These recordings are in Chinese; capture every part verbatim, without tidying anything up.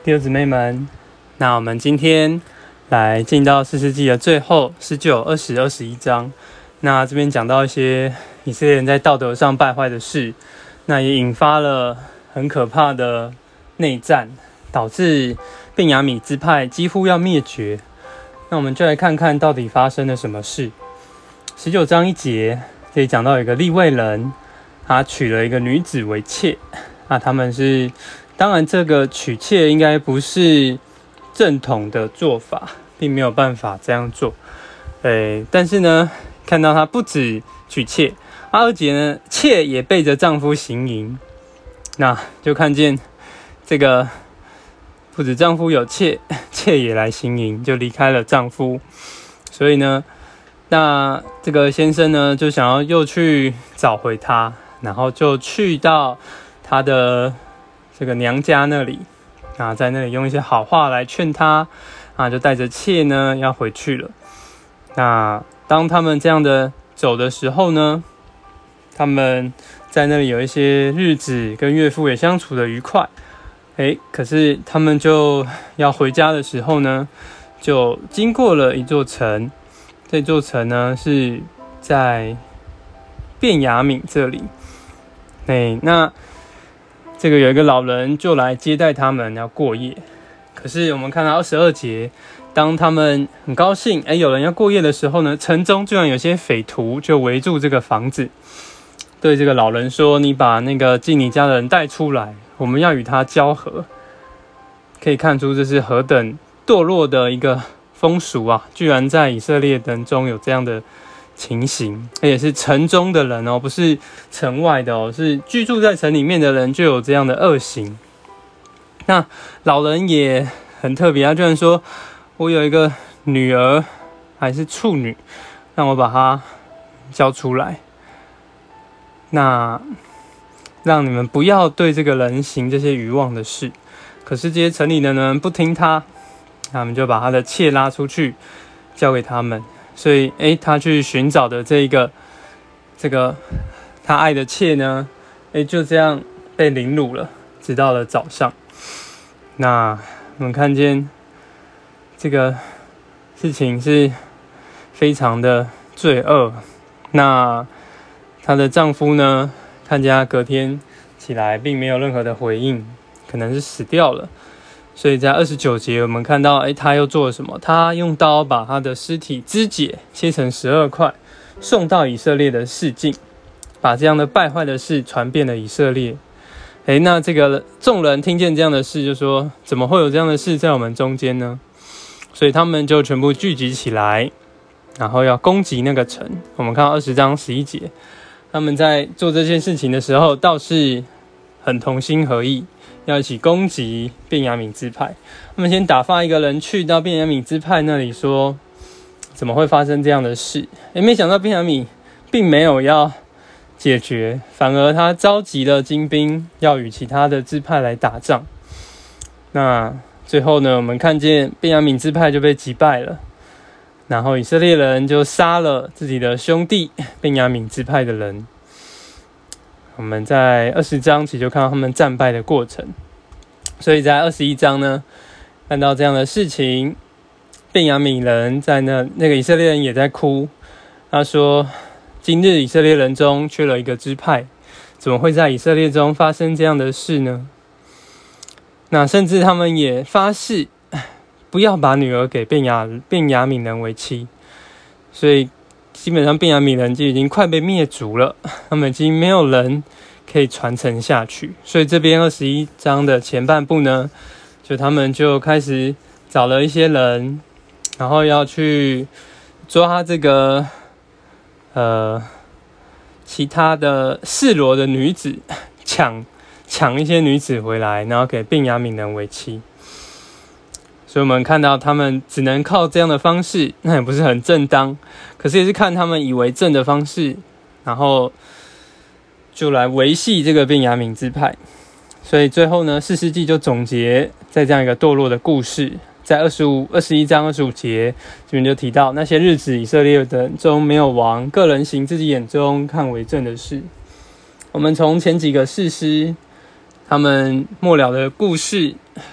弟兄姊妹们，那我们今天来进到士师记的最后十九、二十、二十一章。那这边讲到一些以色列人在道德上败坏的事，那也引发了很可怕的内战，导致便雅悯支派几乎要灭绝。那我们就来看看到底发生了什么事。十九章一节这里讲到有一个利未人，他娶了一个女子为妾。那他们是，当然这个娶妾应该不是正统的做法，并没有办法这样做。诶，但是呢，看到他不止娶妾，而且呢，妾也背着丈夫行淫。那就看见这个不止丈夫有妾，妾也来行淫，就离开了丈夫。所以呢，那这个先生呢，就想要又去找回她，然后就去到他的这个娘家那里啊，在那里用一些好话来劝他啊，就带着妾呢要回去了。那当他们这样的走的时候呢，他们在那里有一些日子跟岳父也相处的愉快。诶，可是他们就要回家的时候呢，就经过了一座城。这座城呢是在便雅悯这里。诶，那这个有一个老人就来接待他们，要过夜。可是我们看到二十二节，当他们很高兴，哎，有人要过夜的时候呢，城中居然有些匪徒就围住这个房子，对这个老人说：“你把那个进你家的人带出来，我们要与他交合。”可以看出这是何等堕落的一个风俗啊！居然在以色列人中有这样的情形，而且是城中的人哦，不是城外的哦，是居住在城里面的人就有这样的恶行。那老人也很特别，他居然说：“我有一个女儿，还是处女，让我把她交出来。那让你们不要对这个人行这些愚妄的事。”可是这些城里的人不听他，他们就把他的妾拉出去，交给他们。所以，诶，他去寻找的这一个，这个他爱的妾呢，诶，就这样被凌辱了，直到了早上。那我们看见这个事情是非常的罪恶。那她的丈夫呢，看见她隔天起来并没有任何的回应，可能是死掉了。所以在二十九节我们看到，哎，他又做了什么？他用刀把他的尸体肢解，切成十二块，送到以色列的市境，把这样的败坏的事传遍了以色列。哎，那这个众人听见这样的事，就说：怎么会有这样的事在我们中间呢？所以他们就全部聚集起来，然后要攻击那个城。我们看到二十章十一节，他们在做这件事情的时候，倒是很同心合意，要一起攻击便雅悯支派。他们先打发一个人去到便雅悯支派那里说：怎么会发生这样的事？诶，没想到便雅悯并没有要解决，反而他召集了精兵，要与其他的支派来打仗。那最后呢，我们看见便雅悯支派就被击败了，然后以色列人就杀了自己的兄弟便雅悯支派的人。我们在二十章起就看到他们战败的过程，所以在二十一章呢，看到这样的事情，便雅悯人在那那个以色列人也在哭，他说：今日以色列人中缺了一个支派，怎么会在以色列中发生这样的事呢？那甚至他们也发誓不要把女儿给便雅便雅悯人为妻，所以基本上便雅悯人就已经快被灭族了，他们已经没有人可以传承下去。所以这边二十一章的前半部呢，就他们就开始找了一些人，然后要去抓这个呃其他的示罗的女子，抢抢一些女子回来，然后给便雅悯人为妻。所以我们看到他们只能靠这样的方式，那也不是很正当，可是也是看他们以为正的方式，然后就来维系这个便雅悯支派。所以最后呢，士师记就总结在这样一个堕落的故事，在二十五、二十一章二十五节这边就提到，那些日子以色列人中没有王，个人行自己眼中看为正的事。我们从前几个士师他们末了的故事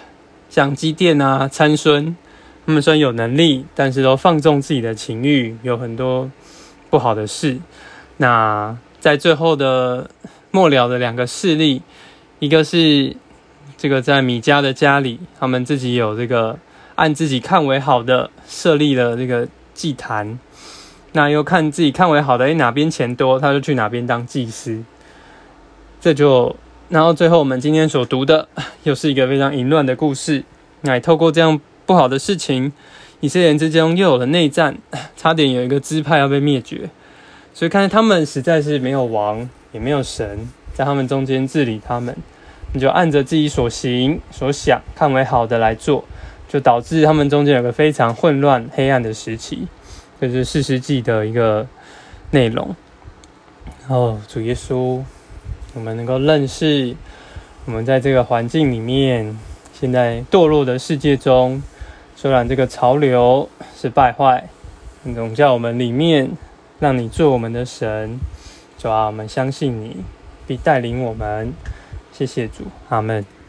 像基甸啊、参孙，他们虽然有能力，但是都放纵自己的情欲，有很多不好的事。那在最后的末了的两个势力，一个是这个在米迦的家里，他们自己有这个按自己看为好的设立了这个祭坛，那又看自己看为好的，诶，哪边钱多，他就去哪边当祭司。这就，然后最后我们今天所读的，又是一个非常淫乱的故事。那也透过这样不好的事情，以色列人之中又有了内战，差点有一个支派要被灭绝。所以看他们实在是没有王，也没有神在他们中间治理他们，你就按着自己所行所想看为好的来做，就导致他们中间有个非常混乱黑暗的时期。这就是士师记的一个内容。然后主耶稣，我们能够认识我们在这个环境里面，现在堕落的世界中，虽然这个潮流是败坏，总叫我们里面让你做我们的神。主啊，我们相信你必带领我们。谢谢主，阿们。